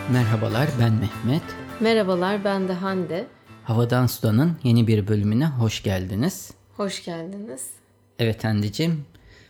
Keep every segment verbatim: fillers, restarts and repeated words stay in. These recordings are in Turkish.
Merhabalar, ben Mehmet. Merhabalar, ben de Hande. Havadan Suda'nın yeni bir bölümüne hoş geldiniz. Hoş geldiniz. Evet Hande'ciğim,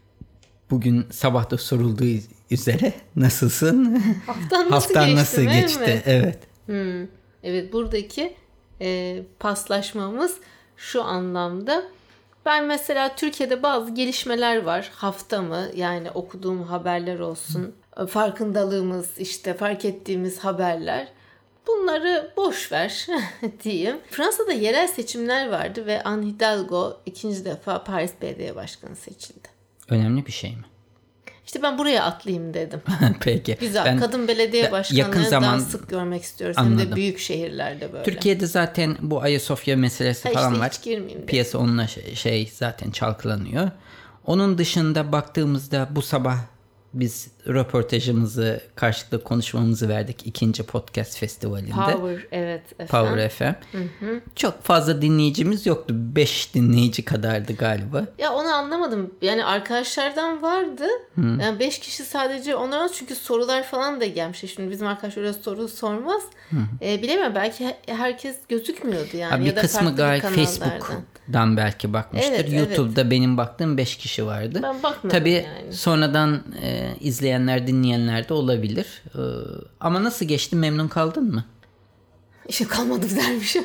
bugün sabah da sorulduğu üzere nasılsın? Haftan nasıl Haftan geçti? nasıl geçti? Evet. Hmm. Evet, buradaki e, paslaşmamız şu anlamda. Ben mesela Türkiye'de bazı gelişmeler var. Haftamı, yani okuduğum haberler olsun, farkındalığımız, işte fark ettiğimiz haberler. Bunları boş ver diyeyim. Fransa'da yerel seçimler vardı ve Anne Hidalgo ikinci defa Paris Belediye Başkanı seçildi. Önemli bir şey mi? İşte ben buraya atlayayım dedim. Peki. Güzel. Ben Kadın belediye başkanlarını zaman... daha sık görmek istiyoruz. Anladım. Hem de büyük şehirlerde böyle. Türkiye'de zaten bu Ayasofya meselesi ha falan işte var. Hiç girmeyeyim dedim. Piyasa onunla şey, şey zaten çalkalanıyor. Onun dışında baktığımızda bu sabah biz röportajımızı, karşılıklı konuşmamızı verdik ikinci podcast festivalinde. Power, evet efendim. Power F M. Hı hı. Çok fazla dinleyicimiz yoktu. beş dinleyici kadardı galiba. Ya onu anlamadım. Yani arkadaşlardan vardı. Hı. Yani beş kişi sadece onlara, çünkü sorular falan da gelmiş. Şimdi bizim arkadaşlar öyle soru sormaz. E, bilemiyorum, belki herkes gözükmüyordu yani. Ha, bir ya da kısmı gayet Facebook'dan belki bakmıştır. Evet, YouTube'da evet. Benim baktığım beş kişi vardı. Ben bakmadım Tabii yani. sonradan e, izleyenler, dinleyenler de olabilir. E, ama nasıl geçti? Memnun kaldın mı? İşte kalmadım dermişim.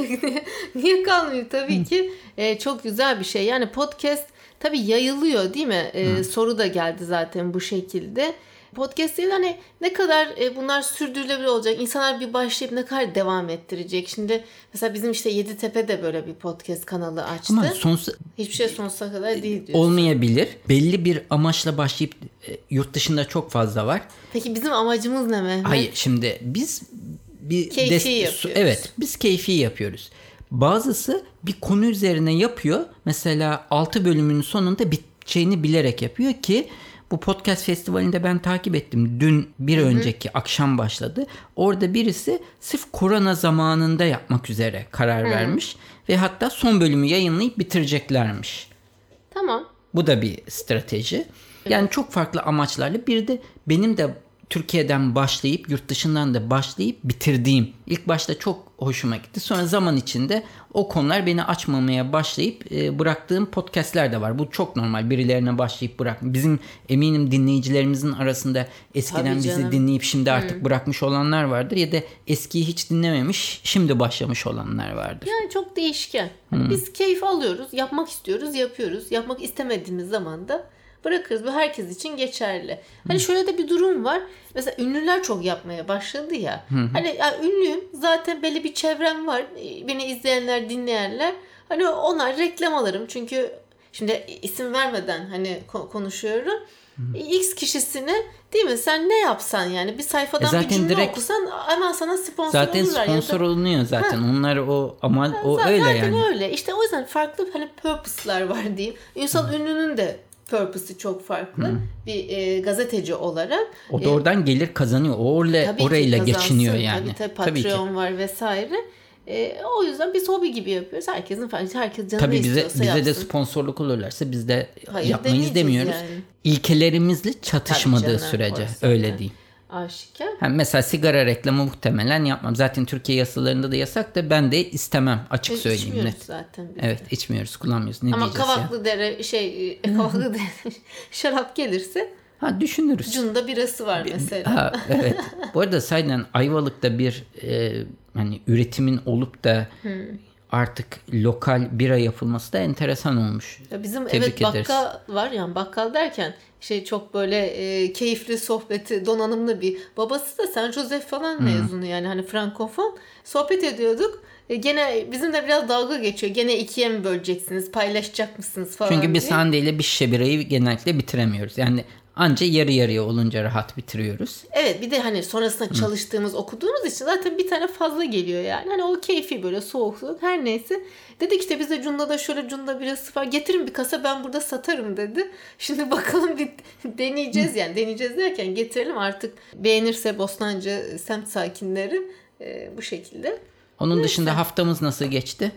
Niye kalmıyor? Tabii ki e, çok güzel bir şey. Yani podcast tabii yayılıyor değil mi? E, soru da geldi zaten bu şekilde. Podcast değil, hani ne kadar e, bunlar sürdürülebilir olacak? İnsanlar bir başlayıp ne kadar devam ettirecek? Şimdi mesela bizim işte Yeditepe de böyle bir podcast kanalı açtı. Ama sonsuza... Hiçbir şey sonsuza kadar değil diyorsun. Olmayabilir. Belli bir amaçla başlayıp e, yurt dışında çok fazla var. Peki bizim amacımız ne Mehmet? Hayır, şimdi biz bir keyfi des- yapıyoruz. Evet, biz keyfi yapıyoruz. Bazısı bir konu üzerine yapıyor. Mesela altı bölümün sonunda biteceğini bilerek yapıyor ki bu podcast festivalinde ben takip ettim. Dün bir Hı-hı. önceki akşam başladı. Orada birisi sırf korona zamanında yapmak üzere karar Hı-hı. vermiş ve hatta son bölümü yayınlayıp bitireceklermiş. Tamam. Bu da bir strateji. Yani evet. Çok farklı amaçlarla. Bir de benim de Türkiye'den başlayıp yurt dışından da başlayıp bitirdiğim, ilk başta çok hoşuma gitti. Sonra zaman içinde o konular beni açmamaya başlayıp e, bıraktığım podcastler de var. Bu çok normal. Birilerine başlayıp bırak. Bizim eminim dinleyicilerimizin arasında eskiden bizi dinleyip şimdi artık hmm. bırakmış olanlar vardır. Ya da eskiyi hiç dinlememiş, şimdi başlamış olanlar vardır. Yani çok değişken. Hmm. Biz keyif alıyoruz, yapmak istiyoruz, yapıyoruz. Yapmak istemediğimiz zaman da bırakırız. Bu herkes için geçerli. Hani şöyle de bir durum var. Mesela ünlüler çok yapmaya başladı ya. Hı hı. Hani ya ünlüyüm. Zaten belli bir çevrem var. Beni izleyenler, dinleyenler. Hani onlar reklam alırım. Çünkü şimdi isim vermeden hani konuşuyorum. Hı. X kişisine, değil mi? Sen ne yapsan yani bir sayfadan e bir cümle direkt, okusan hemen sana sponsor zaten olurlar. Zaten sponsor ya da, olunuyor zaten. Ha. Onlar o ama ha, o zaten öyle yani. Zaten öyle. İşte o yüzden farklı hani purpose'lar var diyeyim. İnsan ünlünün de purpose'ı çok farklı. Hmm. Bir e, gazeteci olarak. O da oradan e, gelir kazanıyor. O orayla, orayla geçiniyor yani. Tabii tabii. Patreon tabii var vesaire. E, o yüzden biz hobi gibi yapıyoruz. Herkesin falan. Herkes canı tabii istiyorsa bize, bize yapsın. de sponsorluk olurlarsa biz de hayır yapmayız demiyoruz. Yani. İlkelerimizle çatışmadığı sürece. Öyle yani. Değil. Aşikar. Ha, mesela sigara reklamı muhtemelen yapmam. Zaten Türkiye yasalarında da yasak da ben de istemem, açık Biz söyleyeyim. İçmiyoruz net. zaten. Biz evet, içmiyoruz, kullanmıyoruz. Ne ama Kavaklı ya? Dere şey Kavaklı Dere şarap gelirse ha düşünürüz. Cunda birası var mesela. Ha, evet. Bu arada sayeden Ayvalık'ta bir e, hani üretimin olup da hmm. artık lokal bira yapılması da enteresan olmuş. Ya bizim Tebrik evet ederiz. Bakkal var yani, bakkal derken şey çok böyle e, keyifli sohbeti, donanımlı bir. Babası da Saint Joseph falan hmm. mezunu yani hani frankofon. Sohbet ediyorduk. E, gene bizim de biraz dalga geçiyor. Gene ikiye mi böleceksiniz, paylaşacak mısınız falan. Çünkü biz diye. Hande ile bir şişe birayı genellikle bitiremiyoruz. Yani anca yarı yarıya olunca rahat bitiriyoruz. Evet, bir de hani sonrasında çalıştığımız, Hı. okuduğumuz için zaten bir tane fazla geliyor yani. Hani o keyfi böyle soğuk soğuk her neyse. Dedik işte bize Cunda'da şöyle Cunda birası var. Getirin bir kasa, ben burada satarım dedi. Şimdi bakalım bir deneyeceğiz Hı. yani. Deneyeceğiz derken getirelim artık, beğenirse Bostancı semt sakinleri e, bu şekilde. Onun Neyse. dışında haftamız nasıl geçti?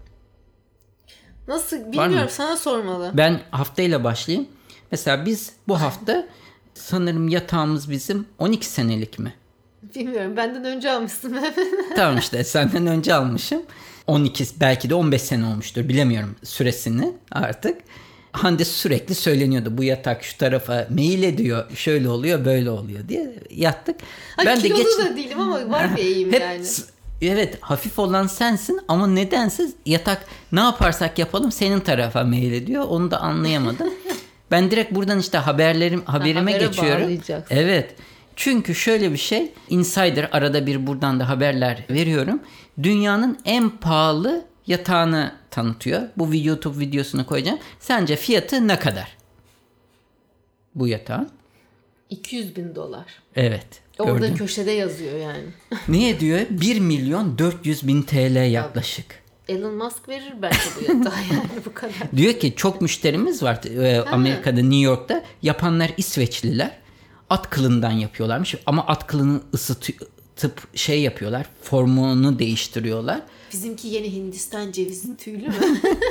Nasıl bilmiyorum, sana sormalı. Ben haftayla başlayayım. Mesela biz bu hafta sanırım yatağımız bizim on iki senelik mi? Bilmiyorum, benden önce almışsın. Tamam işte senden önce almışım. on iki belki de on beş sene olmuştur, bilemiyorum süresini artık. Hande sürekli söyleniyordu, bu yatak şu tarafa meyil ediyor, şöyle oluyor böyle oluyor diye yattık. Ay, ben kilolu de geç... da değilim ama var bir eğim yani. Evet, hafif olan sensin ama nedense yatak ne yaparsak yapalım senin tarafa meyil ediyor, onu da anlayamadım. Ben direkt buradan işte haberlerim haberime ha, geçiyorum. Evet. Çünkü şöyle bir şey, Insider arada bir buradan da haberler veriyorum. Dünyanın en pahalı yatağını tanıtıyor. Bu YouTube videosunu koyacağım. Sence fiyatı ne kadar? Bu yatağın? iki yüz bin dolar. Evet. Orada gördün. Köşede yazıyor yani. Niye diyor? bir milyon dört yüz bin T L yaklaşık. Elon Musk verir belki bu yatağı yani bu kadar. Diyor ki çok müşterimiz var e, Amerika'da, New York'ta. Yapanlar İsveçliler. At kılından yapıyorlarmış ama at kılını ısıtıp şey yapıyorlar. Formunu değiştiriyorlar. Bizimki yeni Hindistan cevizi tüylü mü?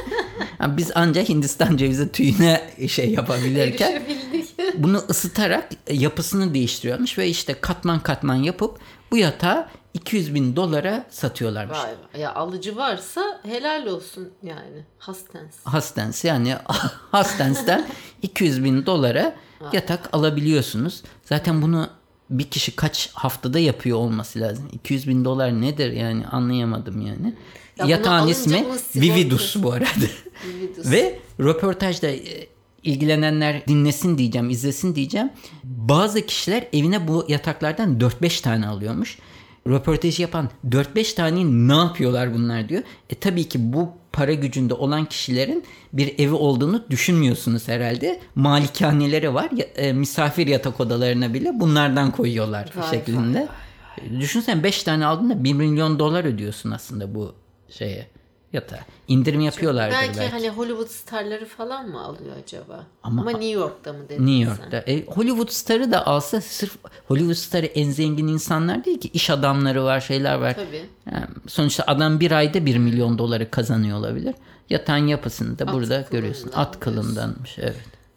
Biz ancak Hindistan cevizi tüyüne şey yapabilirken bunu ısıtarak yapısını değiştiriyormuş ve işte katman katman yapıp bu yatağı iki yüz bin dolara satıyorlarmış. Vay vay. Ya alıcı varsa helal olsun yani. Hastens. Hastens yani Hastens'ten iki yüz bin dolara yatak alabiliyorsunuz. Zaten bunu bir kişi kaç haftada yapıyor olması lazım. iki yüz bin dolar nedir yani, anlayamadım yani. Ya yatağın ismi Vividus bu arada. Vividus. Ve röportajda ilgilenenler dinlesin diyeceğim, izlesin diyeceğim. Bazı kişiler evine bu yataklardan dört beş tane alıyormuş. Röportajı yapan dört beş taneyi ne yapıyorlar bunlar diyor. E tabii ki bu para gücünde olan kişilerin bir evi olduğunu düşünmüyorsunuz herhalde. Malikaneleri var. E, misafir yatak odalarına bile bunlardan koyuyorlar vay şeklinde. Vay vay. Düşünsene beş tane aldığında bir milyon dolar ödüyorsun aslında bu şeye, yatağa. İndirim yapıyorlardır belki. Belki hani Hollywood starları falan mı alıyor acaba? Ama, Ama New York'ta mı dedin New York'ta. E, Hollywood starı da alsa, sırf Hollywood starı en zengin insanlar değil ki. İş adamları var, şeyler var. Tabii. Yani sonuçta adam bir ayda bir milyon doları kazanıyor olabilir. Yatağın yapısını da at burada görüyorsun. At kılındanmış. Evet.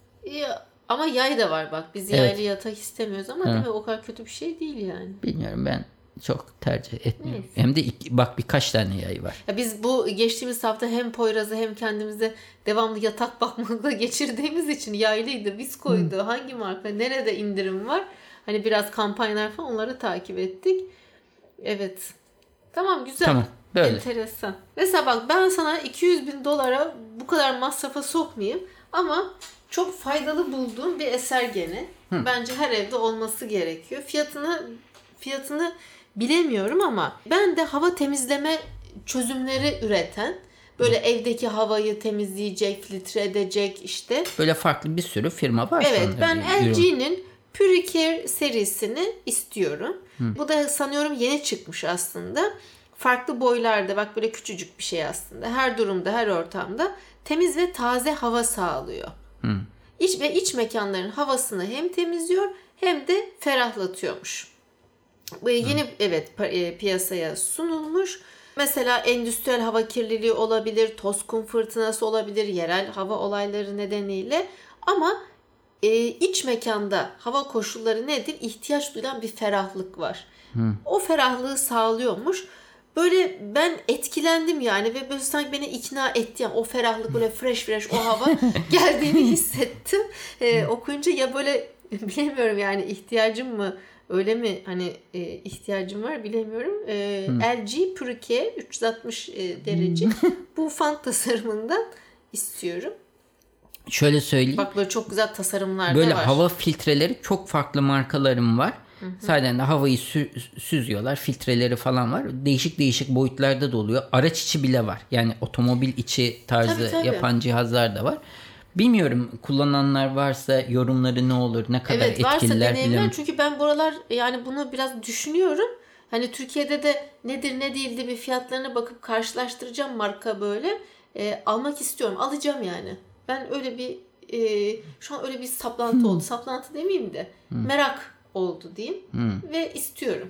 Ya, ama yay da var bak. Biz yaylı evet. yatak istemiyoruz ama değil mi? O kadar kötü bir şey değil yani. Bilmiyorum, ben çok tercih etmiyorum. Neyse. Hem de iki, bak birkaç tane yay var. Ya biz bu geçtiğimiz hafta hem Poyraz'ı hem kendimize devamlı yatak bakmakla geçirdiğimiz için yaylıydı, Visko'ydu. Hmm. Hangi marka, nerede indirim var? Hani biraz kampanyalar falan, onları takip ettik. Evet. Tamam, güzel. Tamam, böyle. Enteresan. Mesela bak, ben sana iki yüz bin dolara bu kadar masrafa sokmayayım ama çok faydalı bulduğum bir eser gene. Hmm. Bence her evde olması gerekiyor. Fiyatını fiyatını bilemiyorum ama ben de hava temizleme çözümleri üreten, böyle hmm. evdeki havayı temizleyecek, filtre edecek işte. Böyle farklı bir sürü firma var. Evet, ben L G'nin Puricare serisini istiyorum. Hmm. Bu da sanıyorum yeni çıkmış aslında. Farklı boylarda, bak böyle küçücük bir şey aslında. Her durumda, her ortamda temiz ve taze hava sağlıyor. Hmm. İç ve iç mekanların havasını hem temizliyor hem de ferahlatıyormuş. Bu yeni hmm. evet piyasaya sunulmuş. Mesela endüstriyel hava kirliliği olabilir, toz kum fırtınası olabilir, yerel hava olayları nedeniyle. Ama e, iç mekanda hava koşulları nedir? İhtiyaç duyulan bir ferahlık var. Hmm. O ferahlığı sağlıyormuş. Böyle ben etkilendim yani ve böyle sanki beni ikna etti. Yani o ferahlık, böyle fresh fresh o hava geldiğini hissettim. Ee, okuyunca ya böyle bilemiyorum yani, ihtiyacım mı, öyle mi hani e, ihtiyacım var bilemiyorum. E, hmm. L G Puricare üç yüz altmış e, derece bu font tasarımından istiyorum. Şöyle söyleyeyim. Bak böyle çok güzel tasarımlar böyle da var. Böyle hava filtreleri çok farklı markalarım var. Hı hı. Sadece de havayı sü- süzüyorlar. Filtreleri falan var. Değişik değişik boyutlarda da oluyor. Araç içi bile var. Yani otomobil içi tarzı tabii, tabii. yapan cihazlar da var. Bilmiyorum, kullananlar varsa yorumları ne olur, ne kadar evet, etkililer. Evet, varsa deneyimler. Çünkü ben buralar yani bunu biraz düşünüyorum. Hani Türkiye'de de nedir ne değildi bir fiyatlarına bakıp karşılaştıracağım marka böyle. E, almak istiyorum. Alacağım yani. Ben öyle bir e, şu an öyle bir saplantı hmm. oldu. Saplantı demeyeyim de hmm. merak oldu diyeyim. Hmm. Ve istiyorum.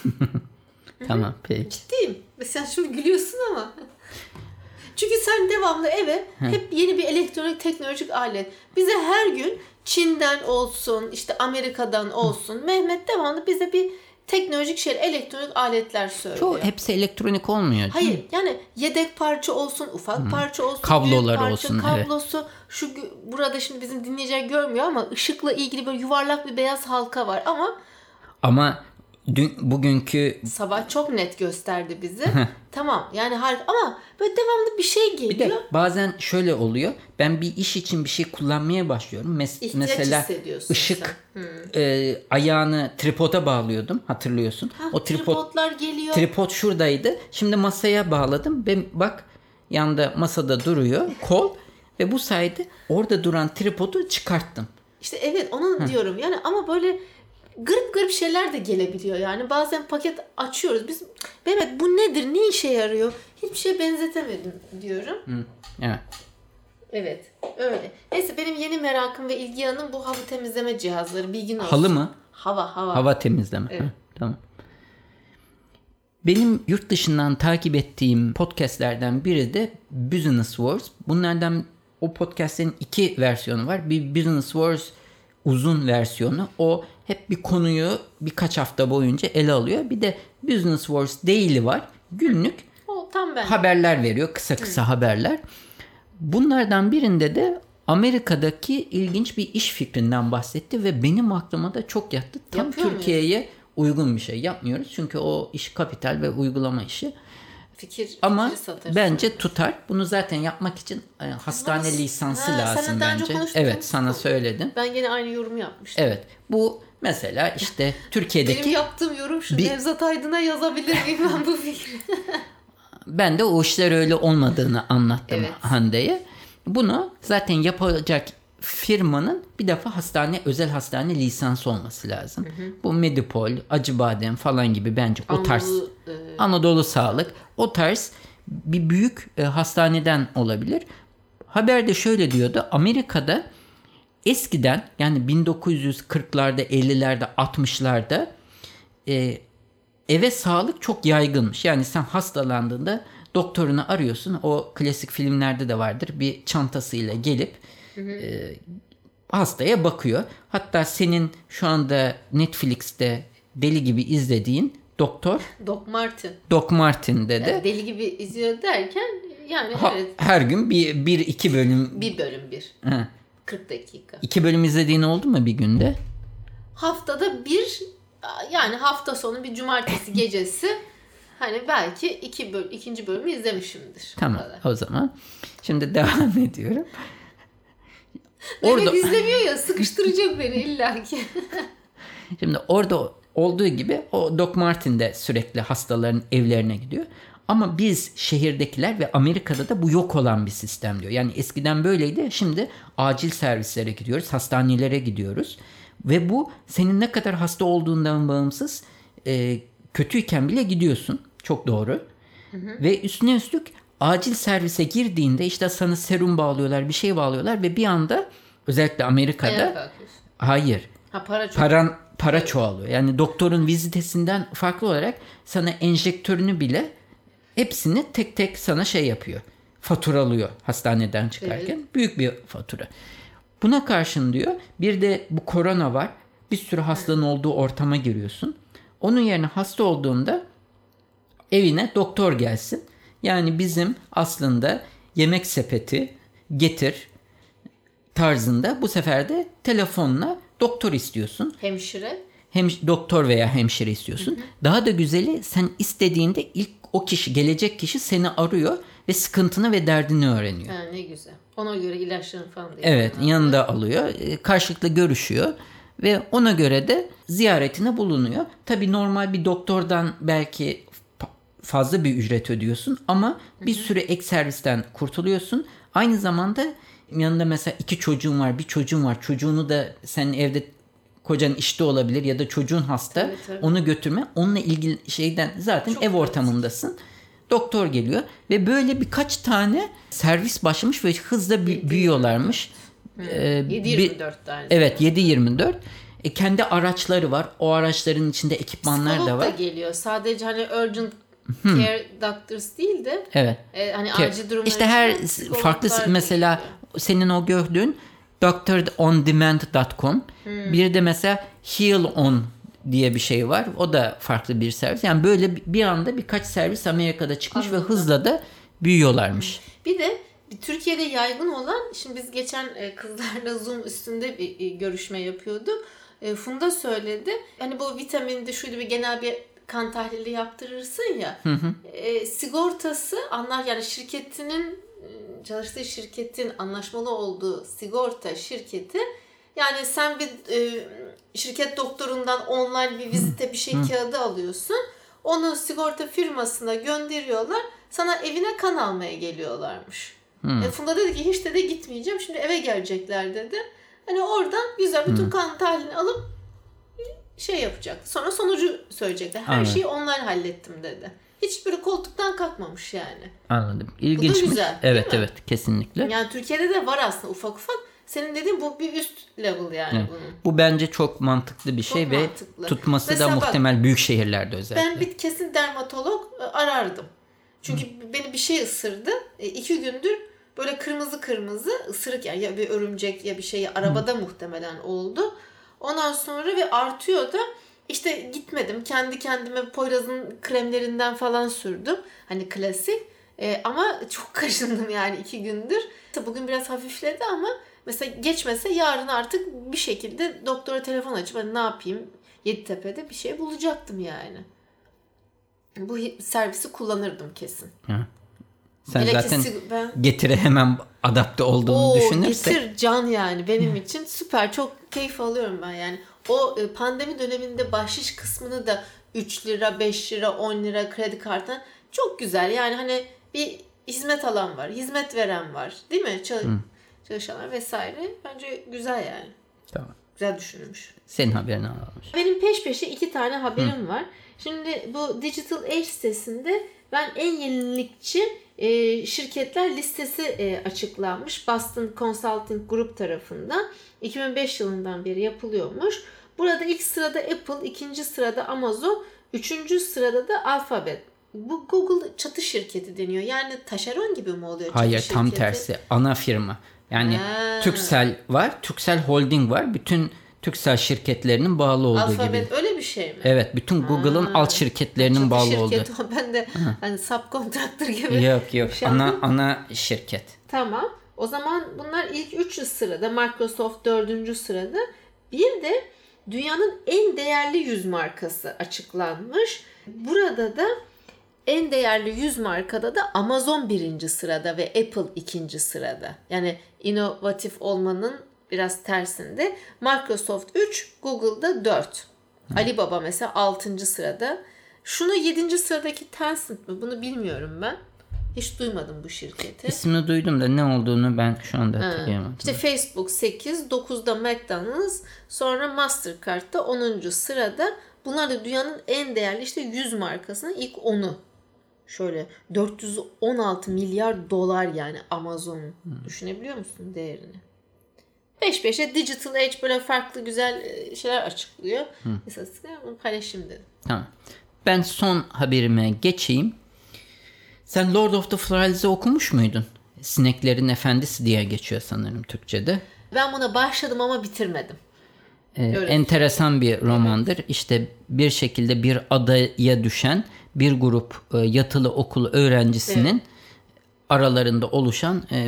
Tamam, peki. Ciddiyim. Sen şimdi gülüyorsun ama. Çünkü sen devamlı eve hep yeni bir elektronik teknolojik alet. Bize her gün Çin'den olsun, işte Amerika'dan olsun. Mehmet devamlı bize bir teknolojik şey, elektronik aletler söylüyor. Çoğu hepsi elektronik olmuyor. Hayır yani yedek parça olsun, ufak hmm. parça olsun, kabloları parça, olsun. kablosu. Evet. Şu burada şimdi bizim dinleyiciler görmüyor ama ışıkla ilgili böyle yuvarlak bir beyaz halka var ama ama dün bugünkü sabah çok net gösterdi bizi. Tamam yani harika ama böyle devamlı bir şey geliyor. Bir de bazen şöyle oluyor. Ben bir iş için bir şey kullanmaya başlıyorum. Mes- mesela ışık hmm. e, ayağını tripoda bağlıyordum. Hatırlıyorsun. Ha, o tripod, tripodlar geliyor. Tripod şuradaydı. Şimdi masaya bağladım. Ben bak yanda masada duruyor kol ve bu sayede orada duran tripodu çıkarttım. İşte evet onu Hı. diyorum. Yani ama böyle garip garip şeyler de gelebiliyor yani. Bazen paket açıyoruz. Biz Mehmet bu nedir? Ne işe yarıyor? Hiçbir şeye benzetemedim diyorum. Hı. Evet. Evet. Öyle. Neyse benim yeni merakım ve ilgi alanım bu hava temizleme cihazları. Bilgin olsun. Halı mı? Hava, hava. Hava temizleme. Evet. Ha, tamam. Benim yurt dışından takip ettiğim podcastlerden biri de Business Wars. Bunlardan o podcastlerin iki versiyonu var. Bir Business Wars uzun versiyonu. O hep bir konuyu birkaç hafta boyunca ele alıyor. Bir de Business Wars Daily var. Günlük o, tam ben. haberler veriyor. Kısa kısa Hı. haberler. Bunlardan birinde de Amerika'daki ilginç bir iş fikrinden bahsetti ve benim aklıma da çok yattı. Tam Yapıyor Türkiye'ye muyuz? Uygun bir şey yapmıyoruz. Çünkü o iş kapital ve uygulama işi. Fikir, Ama bence tutar. Bunu zaten yapmak için hastane Nasıl? lisansı ha, lazım bence. Evet, sana söyledim. Ben yine aynı yorumu yapmıştım. Evet. Bu mesela işte Türkiye'deki benim yaptığım yorum şu. Bir... Nevzat Aydın'a yazabilir miyim ben bu fikri? Ben de o işler öyle olmadığını anlattım evet. Hande'ye. Bunu zaten yapacak firmanın bir defa hastane, özel hastane lisansı olması lazım. Hı hı. Bu Medipol, Acıbadem falan gibi bence o tarz Anadolu, e... Anadolu Sağlık o tarz bir büyük e, hastaneden olabilir. Haberde şöyle diyordu. Amerika'da eskiden yani bin dokuz yüz kırklarda, ellilerde, altmışlarda e, eve sağlık çok yaygınmış. Yani sen hastalandığında doktorunu arıyorsun. O klasik filmlerde de vardır. Bir çantasıyla gelip hı hı. E, hastaya bakıyor. Hatta senin şu anda Netflix'te deli gibi izlediğin doktor Doc Martin. Doc Martin'de de yani deli gibi izliyor derken yani ha, evet. Her gün bir, bir iki bölüm. Bir bölüm bir. Hı. kırk dakika. İki bölüm izlediğin oldu mu bir günde? Haftada bir yani hafta sonu bir cumartesi gecesi hani belki iki böl ikinci bölümü izlemişimdir. Tamam o zaman. Şimdi devam ediyorum. Mehmet orada... izlemiyor ya sıkıştıracak beni illaki. Şimdi orada olduğu gibi o Doc Martin de sürekli hastaların evlerine gidiyor. Ama biz şehirdekiler ve Amerika'da da bu yok olan bir sistem diyor. Yani eskiden böyleydi. Şimdi acil servislere gidiyoruz. Hastanelere gidiyoruz. Ve bu senin ne kadar hasta olduğundan bağımsız e, kötüyken bile gidiyorsun. Çok doğru. Hı hı. Ve üstüne üstlük acil servise girdiğinde işte sana serum bağlıyorlar, bir şey bağlıyorlar ve bir anda özellikle Amerika'da hayır. Ha, para çok. Paran para evet. çoğalıyor. Yani doktorun vizitesinden farklı olarak sana enjektörünü bile hepsini tek tek sana şey yapıyor. Faturalıyor hastaneden çıkarken. Evet. Büyük bir fatura. Buna karşın diyor bir de bu korona var. Bir sürü hastanın olduğu ortama giriyorsun. Onun yerine hasta olduğunda evine doktor gelsin. Yani bizim aslında yemek sepeti getir tarzında bu sefer de telefonla doktor istiyorsun. Hemşire. Hem doktor veya hemşire istiyorsun. Hı hı. Daha da güzeli sen istediğinde ilk o kişi gelecek kişi seni arıyor ve sıkıntını ve derdini öğreniyor. Ha, ne güzel. Ona göre ilaçlarını falan da evet yanında alıyor. Karşılıklı görüşüyor ve ona göre de ziyaretine bulunuyor. Tabii normal bir doktordan belki fazla bir ücret ödüyorsun ama bir sürü ek servisten kurtuluyorsun. Aynı zamanda yanında mesela iki çocuğun var, bir çocuğun var. Çocuğunu da senin evde kocan işte olabilir ya da çocuğun hasta. Tabii, tabii. Onu götürme. Onunla ilgili şeyden zaten çok ev ortamındasın. Pratik. Doktor geliyor ve böyle birkaç tane servis başlamış ve hızla büy- büyüyorlarmış. Ee, yedi yirmi dört tane. Evet yedi yirmi dört. E, kendi araçları var. O araçların içinde ekipmanlar psikolog da var. Psikolog da geliyor. Sadece hani urgent hmm. care doctors değil de evet. e, hani care. Acil durumlar İşte her farklı mesela geliyor. Senin o gördüğün doctor on demand dot com hmm. bir de mesela heal on diye bir şey var. O da farklı bir servis. Yani böyle bir anda birkaç servis Amerika'da çıkmış Anladım. ve hızla da büyüyorlarmış. Bir de Türkiye'de yaygın olan, şimdi biz geçen kızlarla Zoom üstünde bir görüşme yapıyorduk. Funda söyledi. Hani bu vitaminde şuydu, bir genel bir kan tahlili yaptırırsın ya. Hı hı. E, sigortası anlar, yani şirketinin, çalıştığı şirketin anlaşmalı olduğu sigorta şirketi, yani sen bir e, şirket doktorundan online bir vizite bir şey hı. kağıdı alıyorsun. Onu sigorta firmasına gönderiyorlar. Sana evine kan almaya geliyorlarmış. Hmm. E, Funda dedi ki hiç de gitmeyeceğim. Şimdi eve gelecekler dedi. Hani oradan güzel bütün hmm. kan tahlilini alıp şey yapacak. Sonra sonucu söyleyecekler. Her Anladım. şeyi online hallettim dedi. Hiç böyle koltuktan kalkmamış yani. Anladım. İlginçmiş. Bu da güzel. Evet evet kesinlikle. Yani Türkiye'de de var aslında ufak ufak. Senin dediğin bu bir üst level yani evet. bunun. Bu bence çok mantıklı bir şey çok ve mantıklı. tutması Mesela da muhtemel bak, büyük şehirlerde özellikle. Ben bir kesin dermatolog arardım. Çünkü Hı. beni bir şey ısırdı. E, iki gündür böyle kırmızı kırmızı ısırık, yani ya bir örümcek ya bir şey arabada Hı. muhtemelen oldu. Ondan sonra ve artıyor da işte gitmedim. Kendi kendime Poyraz'ın kremlerinden falan sürdüm. Hani klasik. E, ama çok kaşındım yani iki gündür. Bugün biraz hafifledi ama mesela geçmese yarın artık bir şekilde doktora telefon açıp hani ne yapayım, Yeditepe'de bir şey bulacaktım yani. Bu servisi kullanırdım kesin. Hı. Sen Hele zaten ben... getire hemen adapte olduğunu Oo, düşünürsek. Getir can yani benim için süper, çok keyif alıyorum ben yani. O pandemi döneminde bahşiş kısmını da üç lira, beş lira, on lira kredi kartına çok güzel. Yani hani bir hizmet alan var, hizmet veren var değil mi? Çal- Hı. Çalışanlar vesaire. Bence güzel yani. Tamam. Güzel düşünülmüş. Senin haberini alalım. Benim peş peşe iki tane haberim Hı. var. Şimdi bu Digital Age sitesinde ben en yenilikçi e, şirketler listesi e, açıklanmış. Boston Consulting Group tarafından. iki bin beş yılından beri yapılıyormuş. Burada ilk sırada Apple, ikinci sırada Amazon, üçüncü sırada da Alphabet. Bu Google çatı şirketi deniyor. Yani taşeron gibi mi oluyor? Hayır, şirketi? Tam tersi. Ana firma. Yani ha. Turkcell var, Turkcell Holding var. Bütün Turkcell şirketlerinin bağlı olduğu Alphabet gibi. Alphabet öyle bir şey mi? Evet, bütün Google'ın ha. alt şirketlerinin çatı bağlı olduğu. Çatı şirket, ben de ha. hani subcontractor gibi. Yok yok, şey ana ana şirket. Tamam. O zaman bunlar ilk üç sırada, Microsoft dördüncü sırada. Bir de dünyanın en değerli yüz markası açıklanmış. Burada da en değerli yüz markada da Amazon birinci sırada ve Apple ikinci sırada. Yani inovatif olmanın biraz tersinde. Microsoft üç, Google'da dört. Hı. Alibaba mesela altıncı sırada. Şunu yedinci sıradaki Tencent mi? Bunu bilmiyorum ben. Hiç duymadım bu şirketi. İsmini duydum da ne olduğunu ben şu anda hatırlayamadım. İşte Facebook sekiz, dokuzda McDonald's, sonra Mastercard'da onuncu sırada. Bunlar da dünyanın en değerli işte yüz markasının ilk onu. Şöyle dört yüz on altı milyar dolar yani Amazon'un. Hmm. Düşünebiliyor musun değerini? Beş beşe Digital Age böyle farklı güzel şeyler açıklıyor. Hmm. İstatistikler, bunu paylaşayım dedim. Tamam. Ben son haberime geçeyim. Sen Lord of the Flies'i okumuş muydun? Sineklerin Efendisi diye geçiyor sanırım Türkçe'de. Ben buna başladım ama bitirmedim. Ee, enteresan bir romandır. Evet. İşte bir şekilde bir adaya düşen bir grup e, yatılı okul öğrencisinin evet. aralarında oluşan e,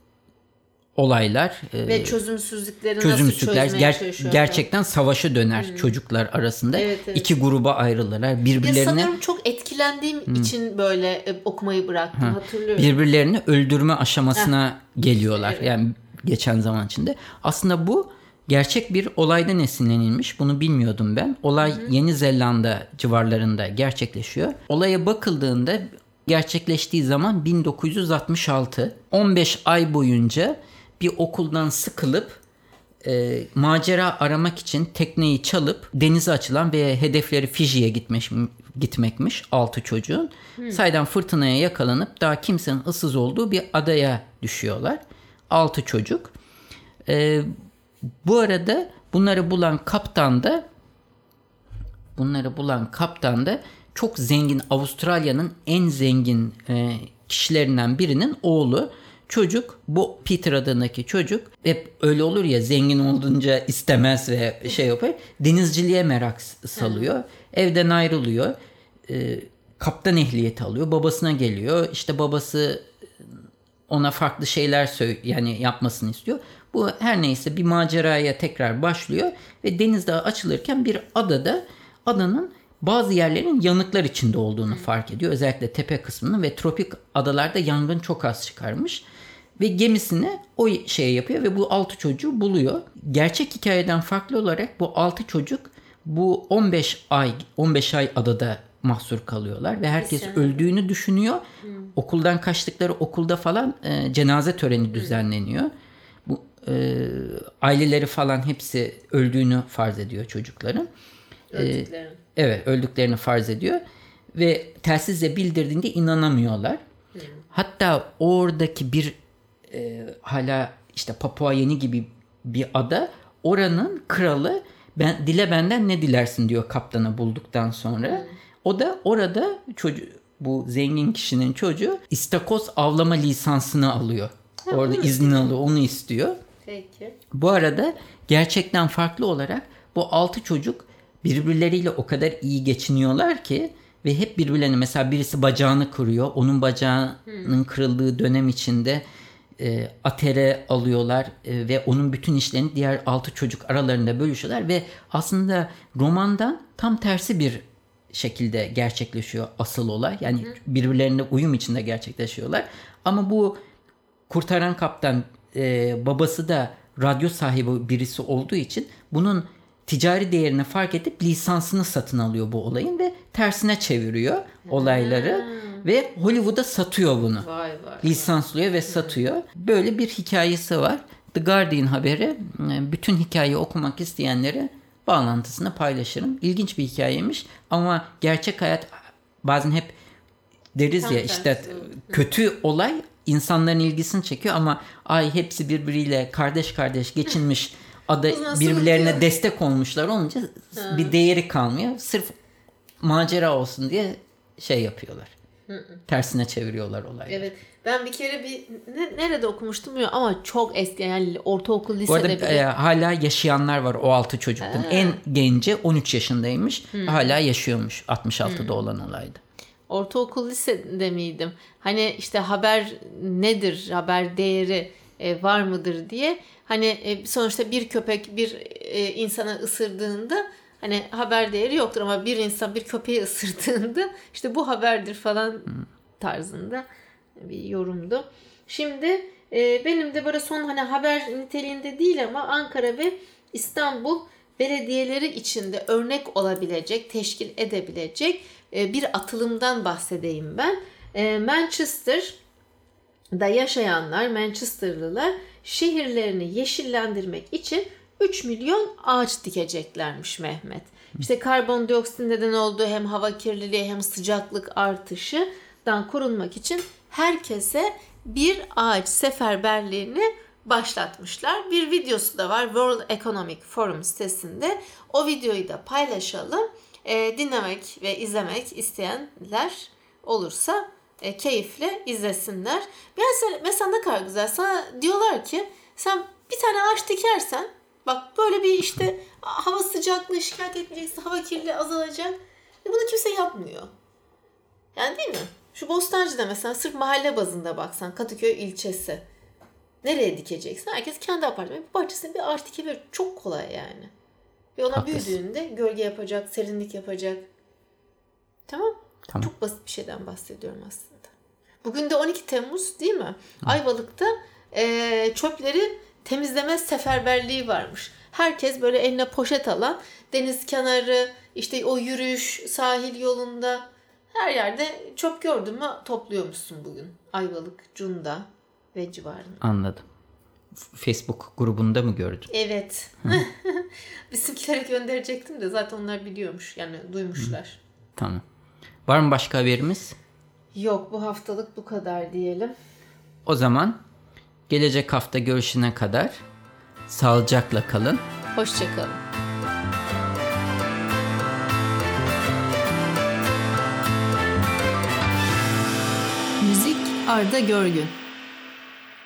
olaylar e, ve çözümsüzlükleri çözümsüzlükler, nasıl çözmeye ger- çalışıyorlar. Gerçekten savaşa döner hmm. çocuklar arasında. Evet, evet. İki gruba ayrılırlar. Birbirlerine ya sanırım çok etkilendiğim hmm. için böyle e, okumayı bıraktım. Ha. Hatırlıyorum. Birbirlerini öldürme aşamasına ha. geliyorlar. Evet. Yani geçen zaman içinde. Aslında bu gerçek bir olaydan esinlenilmiş. Bunu bilmiyordum ben. Olay Hı-hı. Yeni Zelanda civarlarında gerçekleşiyor. Olaya bakıldığında gerçekleştiği zaman bin dokuz yüz altmış altı. on beş ay boyunca bir okuldan sıkılıp e, macera aramak için tekneyi çalıp denize açılan ve hedefleri Fiji'ye gitmiş, gitmekmiş altı çocuğun. Hı. Saydan fırtınaya yakalanıp daha kimsenin ıssız olduğu bir adaya düşüyorlar. altı çocuk. E, Bu arada bunları bulan kaptan da bunları bulan kaptan da çok zengin, Avustralya'nın en zengin e, kişilerinden birinin oğlu. çocuk, bu Peter adındaki çocuk, hep öyle olur ya, zengin olduğunca istemez ve şey yapar. Denizciliğe merak salıyor. Hı. Evden ayrılıyor. E, kaptan ehliyeti alıyor. Babasına geliyor. İşte babası ona farklı şeyler söyle, yani yapmasını istiyor. Bu her neyse bir maceraya tekrar başlıyor ve denizde açılırken bir adada, adanın bazı yerlerin yanıklar içinde olduğunu fark ediyor. Özellikle tepe kısmını ve tropik adalarda yangın çok az çıkarmış. Ve gemisini o şeye yapıyor ve bu altı çocuğu buluyor. Gerçek hikayeden farklı olarak bu altı çocuk bu on beş ay on beş ay adada mahsur kalıyorlar ve herkes Kesin. öldüğünü düşünüyor. Hmm. Okuldan kaçtıkları okulda falan e, cenaze töreni düzenleniyor. Hmm. Bu e, aileleri falan hepsi öldüğünü farz ediyor çocukların. Öldüklerini. E, evet, öldüklerini farz ediyor ve telsizle bildirdiğinde inanamıyorlar. Hmm. Hatta oradaki bir e, hala işte Papua Yeni gibi bir ada, oranın kralı, ben dile benden ne dilersin diyor kaptanı bulduktan sonra. Hmm. O da orada çocuğu, bu zengin kişinin çocuğu istakoz avlama lisansını alıyor. Ha, orada izni alıyor, onu istiyor. Peki. Bu arada gerçekten farklı olarak bu altı çocuk birbirleriyle o kadar iyi geçiniyorlar ki ve hep birbirlerine, mesela birisi bacağını kırıyor. Onun bacağının hmm. kırıldığı dönem içinde e, atere alıyorlar e, ve onun bütün işlerini diğer altı çocuk aralarında bölüşüyorlar ve aslında romandan tam tersi bir şekilde gerçekleşiyor asıl olay. Yani hı. birbirlerine uyum içinde gerçekleşiyorlar. Ama bu kurtaran kaptan e, babası da radyo sahibi birisi olduğu için bunun ticari değerini fark edip lisansını satın alıyor bu olayın ve tersine çeviriyor olayları hmm. ve Hollywood'a satıyor bunu. Vay vay. Lisanslıyor ve satıyor. Böyle bir hikayesi var. The Guardian haberi, bütün hikayeyi okumak isteyenlere bağlantısını paylaşırım. İlginç bir hikayeymiş ama gerçek hayat bazen hep deriz Tam ya tersi. işte kötü olay insanların ilgisini çekiyor ama ay hepsi birbiriyle kardeş kardeş geçinmiş ada birbirlerine diyor? destek olmuşlar olunca ha. bir değeri kalmıyor. Sırf macera olsun diye şey yapıyorlar. Hı. Tersine çeviriyorlar olayları. Evet. Ben bir kere bir ne, nerede okumuştum ya, ama çok eski, yani ortaokul lisede. Bu arada bile. E, hala yaşayanlar var o altı çocuktan. Ha. En genci on üç yaşındaymış. Hmm. Hala yaşıyormuş. altmış altıda hmm. olan olaydı. Ortaokul lisede miydim? Hani işte haber nedir? Haber değeri e, var mıdır diye. Hani e, sonuçta bir köpek bir e, insana ısırdığında hani haber değeri yoktur ama bir insan bir köpeği ısırdığında işte bu haberdir falan hmm. tarzında bir yorumdu. Şimdi e, benim de böyle son hani haber niteliğinde değil ama Ankara ve İstanbul belediyeleri içinde örnek olabilecek, teşkil edebilecek e, bir atılımdan bahsedeyim ben. E, Manchester'da yaşayanlar, Manchester'lılar şehirlerini yeşillendirmek için üç milyon ağaç dikeceklermiş Mehmet. İşte karbondioksit neden olduğu hem hava kirliliği hem sıcaklık artışından korunmak için herkese bir ağaç seferberliğini başlatmışlar. Bir videosu da var World Economic Forum sitesinde. O videoyu da paylaşalım. E, dinlemek ve izlemek isteyenler olursa e, keyifle izlesinler. Mesela, mesela ne kadar güzel. Sana diyorlar ki sen bir tane ağaç dikersen, bak böyle bir işte hava sıcaklığı şikayet etmeyeceksin, hava kirliliği azalacak. Ve bunu kimse yapmıyor. Yani değil mi? Şu Bostancı'da mesela sırf mahalle bazında baksan, Kadıköy ilçesi. Nereye dikeceksin? Herkes kendi apartmanı bir bahçesine bir ağaç dikebilir. Çok kolay yani. Ve ona Haklısın. büyüdüğünde gölge yapacak, serinlik yapacak. Tamam. tamam. Çok basit bir şeyden bahsediyorum aslında. Bugün de on iki Temmuz değil mi? Hı. Ayvalık'ta e, çöpleri temizleme seferberliği varmış. Herkes böyle eline poşet alan, deniz kenarı, işte o yürüyüş, sahil yolunda her yerde çöp gördün mü topluyormuşsun bugün. Ayvalık, Cunda ve civarında. Anladım. Facebook grubunda mı gördün? Evet. Bizimkilere gönderecektim de zaten onlar biliyormuş. Yani duymuşlar. Hı. Tamam. Var mı başka haberimiz? Yok, bu haftalık bu kadar diyelim. O zaman gelecek hafta görüşene kadar sağlıcakla kalın. Hoşça kalın. Müzik Arda Görgün.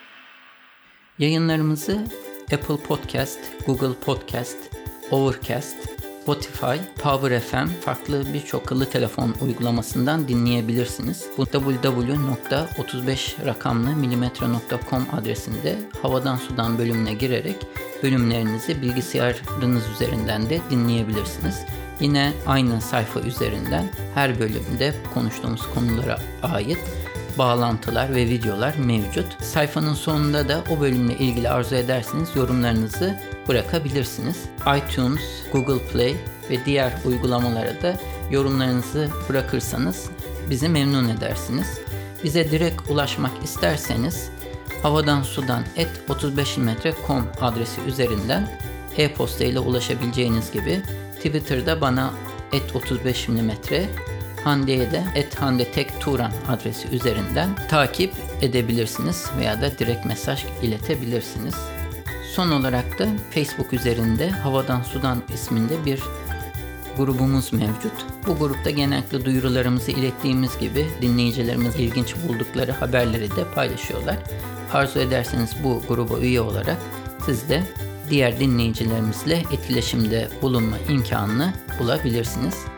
Yayınlarımızı Apple Podcast, Google Podcast, Overcast, Spotify, Power F M farklı birçok akıllı telefon uygulamasından dinleyebilirsiniz. Bu double-u double-u double-u nokta otuz beş rakamlı milimetre nokta com adresinde Havadan Sudan bölümüne girerek bölümlerinizi bilgisayarınız üzerinden de dinleyebilirsiniz. Yine aynı sayfa üzerinden her bölümde konuştuğumuz konulara ait bağlantılar ve videolar mevcut. Sayfanın sonunda da o bölümle ilgili arzu ederseniz yorumlarınızı bırakabilirsiniz. iTunes, Google Play ve diğer uygulamalara da yorumlarınızı bırakırsanız bizi memnun edersiniz. Bize direkt ulaşmak isterseniz havadan sudan et otuz beş milimetre nokta com adresi üzerinden e-posta ile ulaşabileceğiniz gibi Twitter'da bana et otuz beş milimetre, Hande'ye de et Hande Tek Turan adresi üzerinden takip edebilirsiniz veya da direkt mesaj iletebilirsiniz. Son olarak da Facebook üzerinde Havadan Sudan isminde bir grubumuz mevcut. Bu grupta genellikle duyurularımızı ilettiğimiz gibi dinleyicilerimiz ilginç buldukları haberleri de paylaşıyorlar. Arzu ederseniz bu gruba üye olarak siz de diğer dinleyicilerimizle etkileşimde bulunma imkanını bulabilirsiniz.